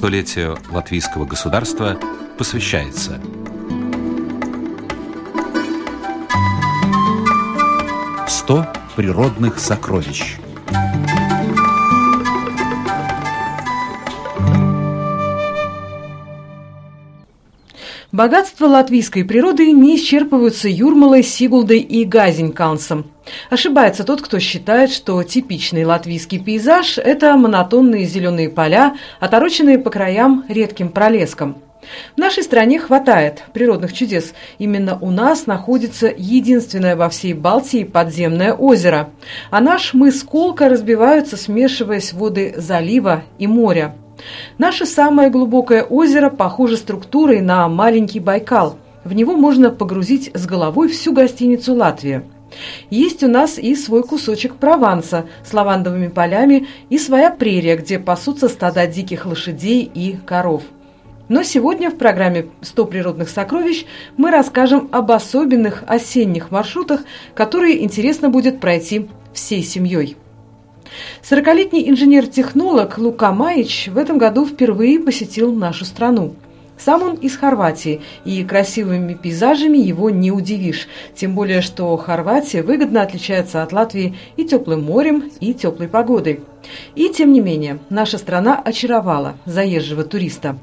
столетию латвийского государства посвящается. «100 природных сокровищ». Богатства латвийской природы не исчерпываются Юрмалой, Сигулдой и Газинькансом. Ошибается тот, кто считает, что типичный латвийский пейзаж – это монотонные зеленые поля, отороченные по краям редким пролеском. В нашей стране хватает природных чудес. Именно у нас находится единственное во всей Балтии подземное озеро. А наш мыс Колка разбиваются, смешиваясь воды залива и моря. Наше самое глубокое озеро похоже структурой на маленький Байкал. В него можно погрузить с головой всю гостиницу «Латвия». Есть у нас и свой кусочек Прованса с лавандовыми полями и своя прерия, где пасутся стада диких лошадей и коров. Но сегодня в программе «100 природных сокровищ» мы расскажем об особенных осенних маршрутах, которые интересно будет пройти всей семьей. 40-летний инженер-технолог Лука Маич в этом году впервые посетил нашу страну. Сам он из Хорватии, и красивыми пейзажами его не удивишь, тем более что Хорватия выгодно отличается от Латвии и теплым морем, и теплой погодой. И тем не менее, наша страна очаровала заезжего туриста.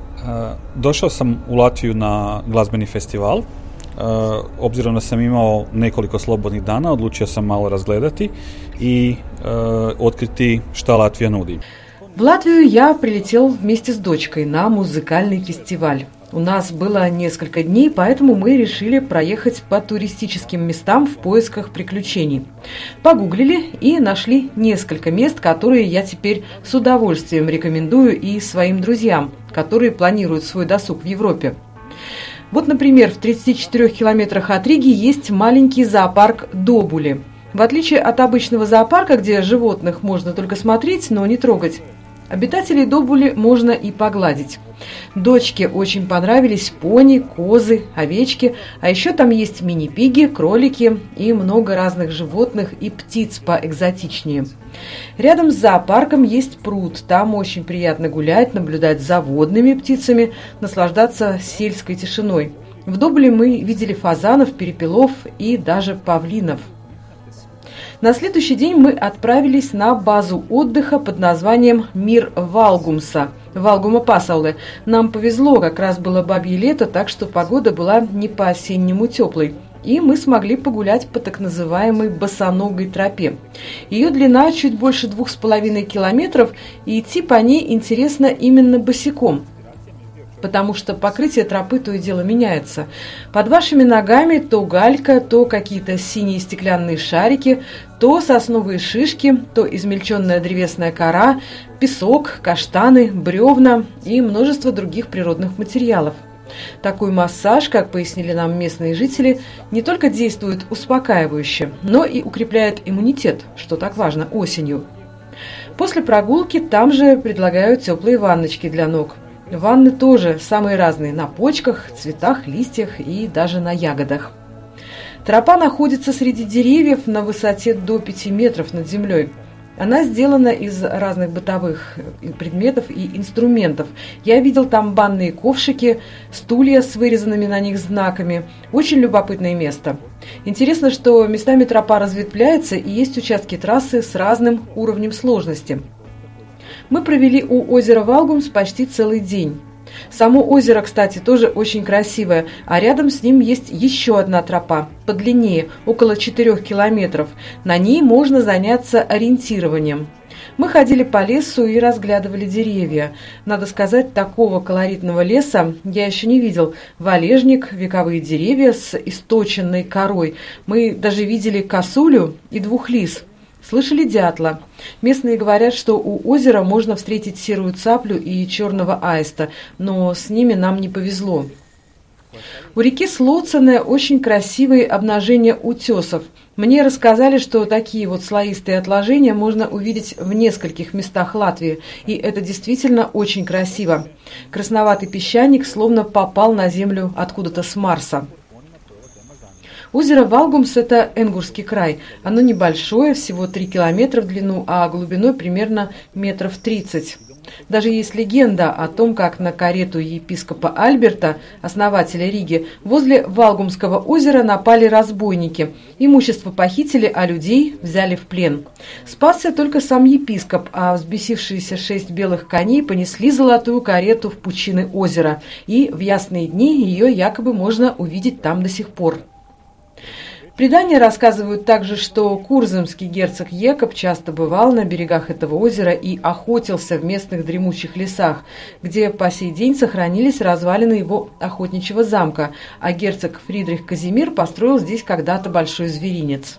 Došao sam u Latviju na glazbeni festival. Obzirom da sam imao nekoliko slobodnih dana, odlučio sam malo razgledati i otkriti šta Latvija nudi. В Латвию я прилетел вместе с дочкой на музыкальный фестиваль. У нас было несколько дней, поэтому мы решили проехать по туристическим местам в поисках приключений. Погуглили и нашли несколько мест, которые я теперь с удовольствием рекомендую и своим друзьям, которые планируют свой досуг в Европе. Вот, например, в 34 километрах от Риги есть маленький зоопарк Добули. В отличие от обычного зоопарка, где животных можно только смотреть, но не трогать, обитателей Добули можно и погладить. Дочке очень понравились пони, козы, овечки, а еще там есть мини-пиги, кролики и много разных животных и птиц поэкзотичнее. Рядом с зоопарком есть пруд, там очень приятно гулять, наблюдать за водными птицами, наслаждаться сельской тишиной. В Добуле мы видели фазанов, перепелов и даже павлинов. На следующий день мы отправились на базу отдыха под названием «Мир Валгумса» Валгума Пасауле. Нам повезло, как раз было бабье лето, так что погода была не по-осеннему теплой. И мы смогли погулять по так называемой босоногой тропе. Ее длина чуть больше 2,5 километров, и идти по ней интересно именно босиком, потому что покрытие тропы то и дело меняется. Под вашими ногами то галька, то какие-то синие стеклянные шарики, то сосновые шишки, то измельченная древесная кора, песок, каштаны, бревна и множество других природных материалов. Такой массаж, как пояснили нам местные жители, не только действует успокаивающе, но и укрепляет иммунитет, что так важно осенью. После прогулки там же предлагают теплые ванночки для ног. Ванны тоже самые разные – на почках, цветах, листьях и даже на ягодах. Тропа находится среди деревьев на высоте до 5 метров над землей. Она сделана из разных бытовых предметов и инструментов. Я видел там банные ковшики, стулья с вырезанными на них знаками. Очень любопытное место. Интересно, что местами тропа разветвляется и есть участки трассы с разным уровнем сложности. Мы провели у озера Валгумс почти целый день. Само озеро, кстати, тоже очень красивое, а рядом с ним есть еще одна тропа, подлиннее, около 4 километров. На ней можно заняться ориентированием. Мы ходили по лесу и разглядывали деревья. Надо сказать, такого колоритного леса я еще не видел. Валежник, вековые деревья с источенной корой. Мы даже видели косулю и 2 лис. Слышали дятла. Местные говорят, что у озера можно встретить серую цаплю и черного аиста, но с ними нам не повезло. У реки Слоцене очень красивые обнажения утесов. Мне рассказали, что такие вот слоистые отложения можно увидеть в нескольких местах Латвии, и это действительно очень красиво. Красноватый песчаник словно попал на землю откуда-то с Марса. Озеро Валгумс – это Энгурский край. Оно небольшое, всего 3 километра в длину, а глубиной примерно метров 30. Даже есть легенда о том, как на карету епископа Альберта, основателя Риги, возле Валгумского озера напали разбойники. Имущество похитили, а людей взяли в плен. Спасся только сам епископ, а взбесившиеся 6 белых коней понесли золотую карету в пучины озера, и в ясные дни ее якобы можно увидеть там до сих пор. Предания рассказывают также, что курземский герцог Екоб часто бывал на берегах этого озера и охотился в местных дремучих лесах, где по сей день сохранились развалины его охотничьего замка, а герцог Фридрих Казимир построил здесь когда-то большой зверинец.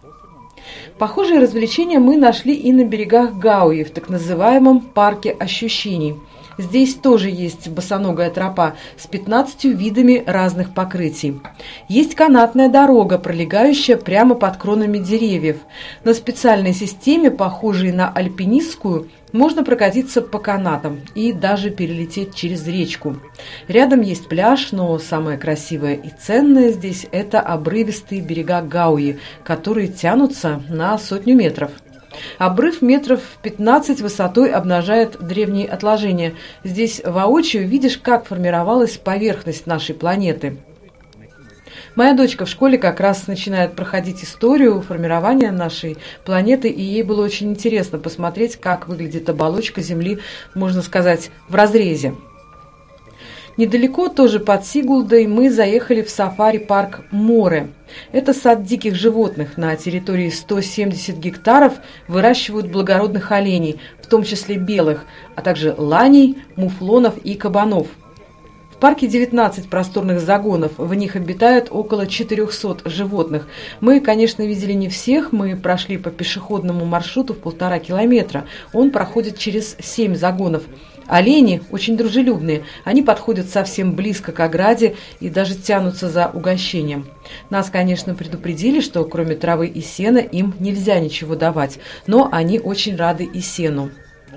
Похожие развлечения мы нашли и на берегах Гауи, в так называемом парке ощущений. Здесь тоже есть босоногая тропа с 15 видами разных покрытий. Есть канатная дорога, пролегающая прямо под кронами деревьев. На специальной системе, похожей на альпинистскую, можно прокатиться по канатам и даже перелететь через речку. Рядом есть пляж, но самое красивое и ценное здесь – это обрывистые берега Гауи, которые тянутся на 100 метров. Обрыв метров 15 высотой обнажает древние отложения. Здесь воочию видишь, как формировалась поверхность нашей планеты. Моя дочка в школе как раз начинает проходить историю формирования нашей планеты, и ей было очень интересно посмотреть, как выглядит оболочка Земли, можно сказать, в разрезе. Недалеко, тоже под Сигулдой, мы заехали в сафари-парк Море. Это сад диких животных. На территории 170 гектаров выращивают благородных оленей, в том числе белых, а также ланей, муфлонов и кабанов. В парке 19 просторных загонов, в них обитают около 400 животных. Мы, конечно, видели не всех, мы прошли по пешеходному маршруту в 1,5 километра. Он проходит через 7 загонов. Олени очень дружелюбные, они подходят совсем близко к ограде и даже тянутся за угощением. Нас, конечно, предупредили, что кроме травы и сена им нельзя ничего давать, но они очень рады и сену.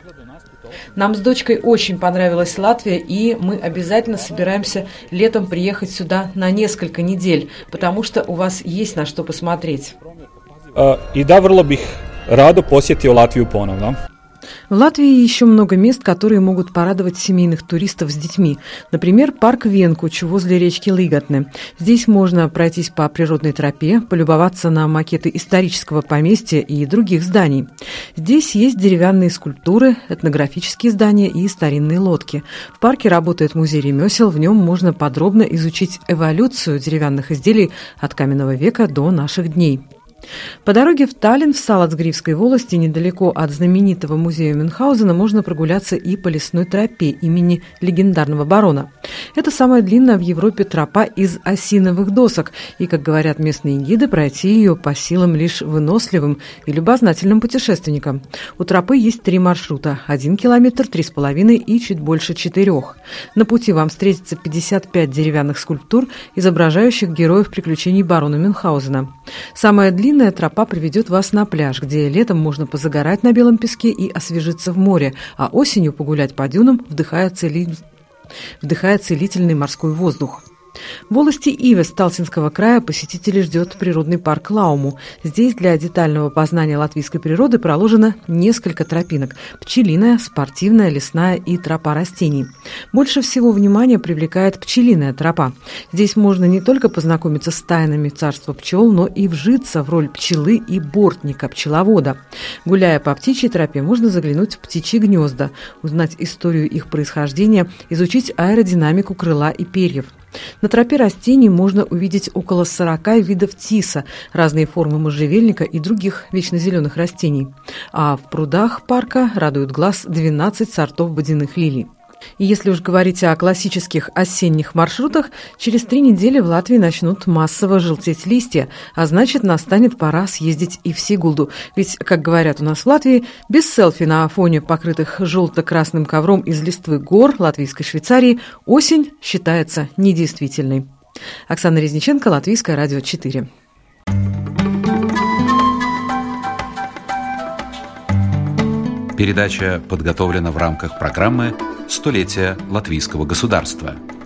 Нам с дочкой очень понравилась Латвия, и мы обязательно собираемся летом приехать сюда на несколько недель, потому что у вас есть на что посмотреть. И да, vrlo bih rado posjetio Latviju ponovno. В Латвии еще много мест, которые могут порадовать семейных туристов с детьми. Например, парк Венкуч возле речки Лигатне. Здесь можно пройтись по природной тропе, полюбоваться на макеты исторического поместья и других зданий. Здесь есть деревянные скульптуры, этнографические здания и старинные лодки. В парке работает музей ремесел, в нем можно подробно изучить эволюцию деревянных изделий от каменного века до наших дней. По дороге в Таллин, в Салацгривской волости, недалеко от знаменитого музея Мюнхгаузена, можно прогуляться и по лесной тропе имени легендарного барона. Это самая длинная в Европе тропа из осиновых досок, и, как говорят местные гиды, пройти ее по силам лишь выносливым и любознательным путешественникам. У тропы есть 3 маршрута – 1 километр, 3,5 и чуть больше 4. На пути вам встретится 55 деревянных скульптур, изображающих героев приключений барона Мюнхгаузена. Самая длинная тропа приведет вас на пляж, где летом можно позагорать на белом песке и освежиться в море, а осенью погулять по дюнам, вдыхая целительный морской воздух. В волости Ивес Талсинского края посетителей ждет природный парк Лауму. Здесь для детального познания латвийской природы проложено несколько тропинок – пчелиная, спортивная, лесная и тропа растений. Больше всего внимания привлекает пчелиная тропа. Здесь можно не только познакомиться с тайнами царства пчел, но и вжиться в роль пчелы и бортника, пчеловода. Гуляя по птичьей тропе, можно заглянуть в птичьи гнезда, узнать историю их происхождения, изучить аэродинамику крыла и перьев. На тропе растений можно увидеть около 40 видов тиса, разные формы можжевельника и других вечнозеленых растений. А в прудах парка радуют глаз 12 сортов водяных лилий. И если уж говорить о классических осенних маршрутах, через 3 недели в Латвии начнут массово желтеть листья, а значит, настанет пора съездить и в Сигулду. Ведь, как говорят у нас в Латвии, без селфи на фоне покрытых желто-красным ковром из листвы гор латвийской Швейцарии осень считается недействительной. Оксана Резниченко, Латвийское радио 4. Передача подготовлена в рамках программы «Столетие латвийского государства».